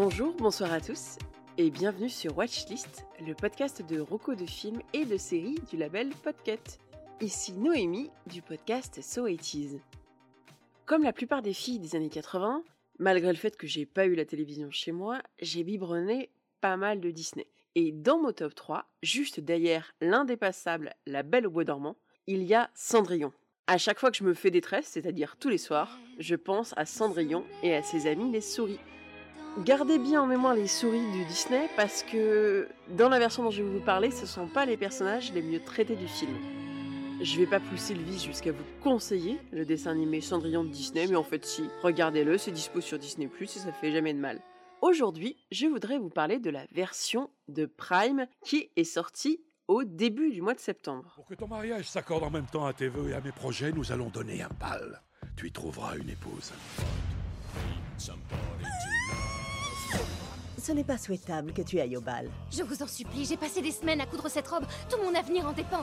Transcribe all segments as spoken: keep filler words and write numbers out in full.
Bonjour, bonsoir à tous et bienvenue sur Watchlist, le podcast de reco de films et de séries du label Podcut. Ici Noémie du podcast So eighties. Comme la plupart des filles des années quatre-vingts, malgré le fait que j'ai pas eu la télévision chez moi, j'ai biberonné pas mal de Disney. Et dans mon top trois, juste derrière l'indépassable La Belle au bois dormant, il y a Cendrillon. À chaque fois que je me fais détresse, c'est-à-dire tous les soirs, je pense à Cendrillon et à ses amis les souris. Gardez bien en mémoire les souris du Disney parce que dans la version dont je vais vous parler, ce ne sont pas les personnages les mieux traités du film. Je vais pas pousser le vice jusqu'à vous conseiller le dessin animé Cendrillon de Disney, mais en fait si, regardez-le, c'est dispo sur Disney plus, et ça fait jamais de mal. Aujourd'hui, je voudrais vous parler de la version de Prime qui est sortie au début du mois de septembre. Pour que ton mariage s'accorde en même temps à tes vœux et à mes projets, nous allons donner un bal. Tu y trouveras une épouse. Ce n'est pas souhaitable que tu ailles au bal. Je vous en supplie, j'ai passé des semaines à coudre cette robe. Tout mon avenir en dépend.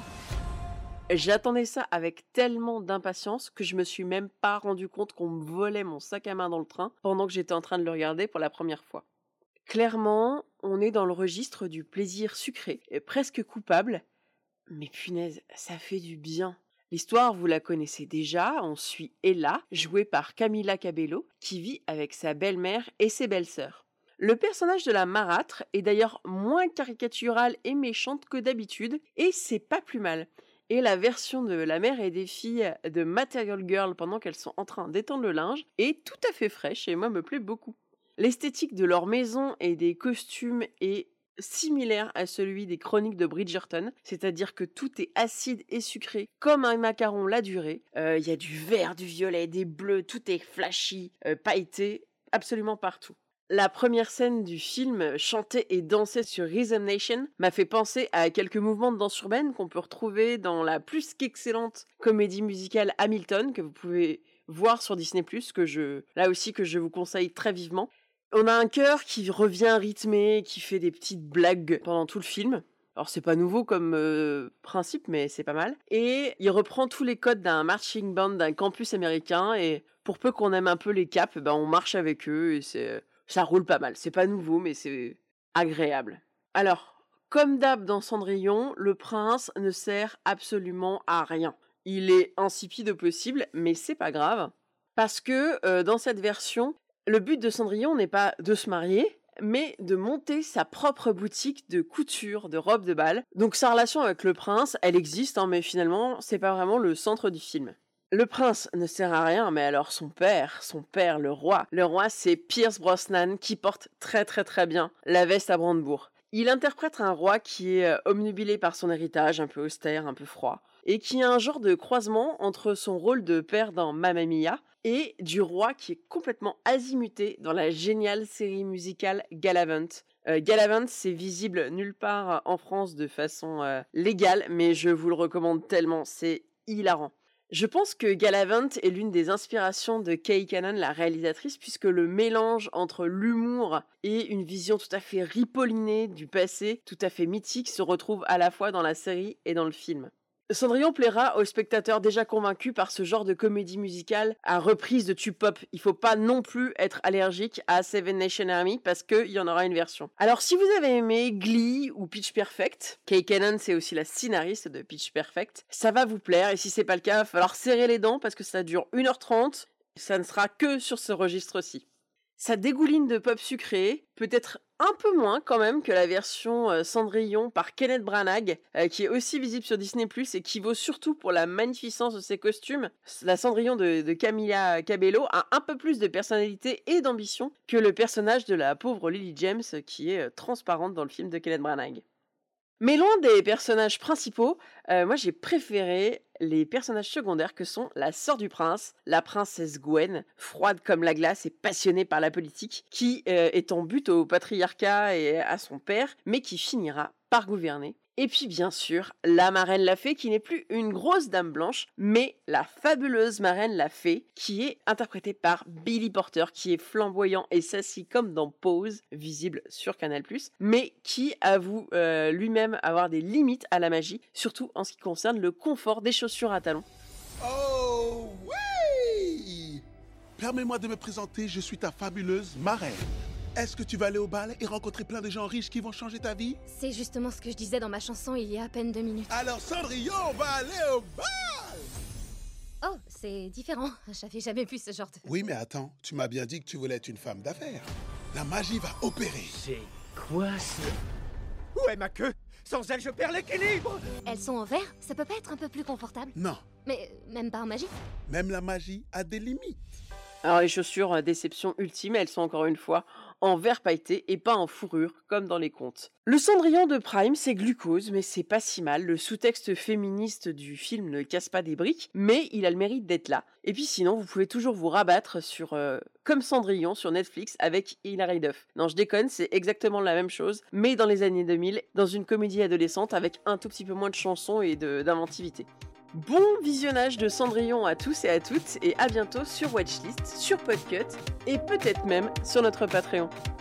J'attendais ça avec tellement d'impatience que je me suis même pas rendu compte qu'on me volait mon sac à main dans le train pendant que j'étais en train de le regarder pour la première fois. Clairement, on est dans le registre du plaisir sucré, et presque coupable. Mais punaise, ça fait du bien. L'histoire, vous la connaissez déjà, on suit Ella, jouée par Camila Cabello, qui vit avec sa belle-mère et ses belles-sœurs. Le personnage de la marâtre est d'ailleurs moins caricaturale et méchante que d'habitude, et c'est pas plus mal. Et la version de la mère et des filles de Material Girl pendant qu'elles sont en train d'étendre le linge est tout à fait fraîche et moi me plaît beaucoup. L'esthétique de leur maison et des costumes est similaire à celui des chroniques de Bridgerton, c'est-à-dire que tout est acide et sucré, comme un macaron la durée. Il euh, y a du vert, du violet, des bleus, tout est flashy, euh, pailleté, absolument partout. La première scène du film, chantée et dansée sur Rhythm Nation, m'a fait penser à quelques mouvements de danse urbaine qu'on peut retrouver dans la plus qu'excellente comédie musicale Hamilton, que vous pouvez voir sur Disney plus, que je, là aussi que je vous conseille très vivement. On a un chœur qui revient rythmé, qui fait des petites blagues pendant tout le film. Alors c'est pas nouveau comme euh, principe, mais c'est pas mal. Et il reprend tous les codes d'un marching band d'un campus américain, et pour peu qu'on aime un peu les caps, ben on marche avec eux, et c'est... ça roule pas mal, c'est pas nouveau, mais c'est agréable. Alors, comme d'hab dans Cendrillon, le prince ne sert absolument à rien. Il est insipide au possible, mais c'est pas grave. Parce que, euh, dans cette version, le but de Cendrillon n'est pas de se marier, mais de monter sa propre boutique de couture de robes de bal. Donc sa relation avec le prince, elle existe, hein, mais finalement, c'est pas vraiment le centre du film. Le prince ne sert à rien, mais alors son père, son père, le roi. Le roi, c'est Pierce Brosnan, qui porte très très très bien la veste à Brandebourg. Il interprète un roi qui est obnubilé par son héritage, un peu austère, un peu froid, et qui a un genre de croisement entre son rôle de père dans Mamma Mia et du roi qui est complètement azimuté dans la géniale série musicale Galavant. Euh, Galavant, c'est visible nulle part en France de façon euh, légale, mais je vous le recommande tellement, c'est hilarant. Je pense que Galavant est l'une des inspirations de Kay Cannon, la réalisatrice, puisque le mélange entre l'humour et une vision tout à fait ripollinée du passé, tout à fait mythique, se retrouve à la fois dans la série et dans le film. Cendrillon plaira aux spectateurs déjà convaincus par ce genre de comédie musicale à reprise de tube pop. Il faut pas non plus être allergique à Seven Nation Army parce qu'il y en aura une version. Alors si vous avez aimé Glee ou Pitch Perfect, Kay Cannon c'est aussi la scénariste de Pitch Perfect, ça va vous plaire, et si c'est pas le cas, il va falloir serrer les dents parce que ça dure une heure trente, ça ne sera que sur ce registre-ci. Ça dégouline de pop sucré, peut-être un peu moins quand même que la version euh, Cendrillon par Kenneth Branagh, euh, qui est aussi visible sur Disney plus, et qui vaut surtout pour la magnificence de ses costumes. La Cendrillon de, de Camila Cabello a un peu plus de personnalité et d'ambition que le personnage de la pauvre Lily James, qui est euh, transparente dans le film de Kenneth Branagh. Mais loin des personnages principaux, euh, moi j'ai préféré les personnages secondaires que sont la sœur du prince, la princesse Gwen, froide comme la glace et passionnée par la politique, qui euh, est en butte au patriarcat et à son père, mais qui finira par gouverner. Et puis bien sûr, la marraine la fée qui n'est plus une grosse dame blanche, mais la fabuleuse marraine la fée qui est interprétée par Billy Porter, qui est flamboyant et sassy comme dans Pose, visible sur Canal plus, mais qui avoue euh, lui-même avoir des limites à la magie, surtout en ce qui concerne le confort des chaussures à talons. Oh oui! Permets-moi de me présenter, je suis ta fabuleuse marraine. Est-ce que tu vas aller au bal et rencontrer plein de gens riches qui vont changer ta vie? C'est justement ce que je disais dans ma chanson il y a à peine deux minutes. Alors Cendrillon va aller au bal! Oh, c'est différent. J'avais jamais vu ce genre de... Oui, mais attends, tu m'as bien dit que tu voulais être une femme d'affaires. La magie va opérer. C'est quoi ce... Où est ma queue? Sans elle, je perds l'équilibre! Elles sont en verre? Ça peut pas être un peu plus confortable? Non, Mais même pas en magie? même la magie a des limites. Alors les chaussures, euh, déception ultime, elles sont encore une fois en verre pailleté et pas en fourrure, comme dans les contes. Le Cendrillon de Prime, c'est glucose, mais c'est pas si mal. Le sous-texte féministe du film ne casse pas des briques, mais il a le mérite d'être là. Et puis sinon, vous pouvez toujours vous rabattre sur euh, Comme Cendrillon sur Netflix avec Hilary Duff. Non, je déconne, c'est exactement la même chose, mais dans les années deux mille, dans une comédie adolescente avec un tout petit peu moins de chansons et de- d'inventivité. Bon visionnage de Cendrillon à tous et à toutes, et à bientôt sur Watchlist, sur Podcut, et peut-être même sur notre Patreon.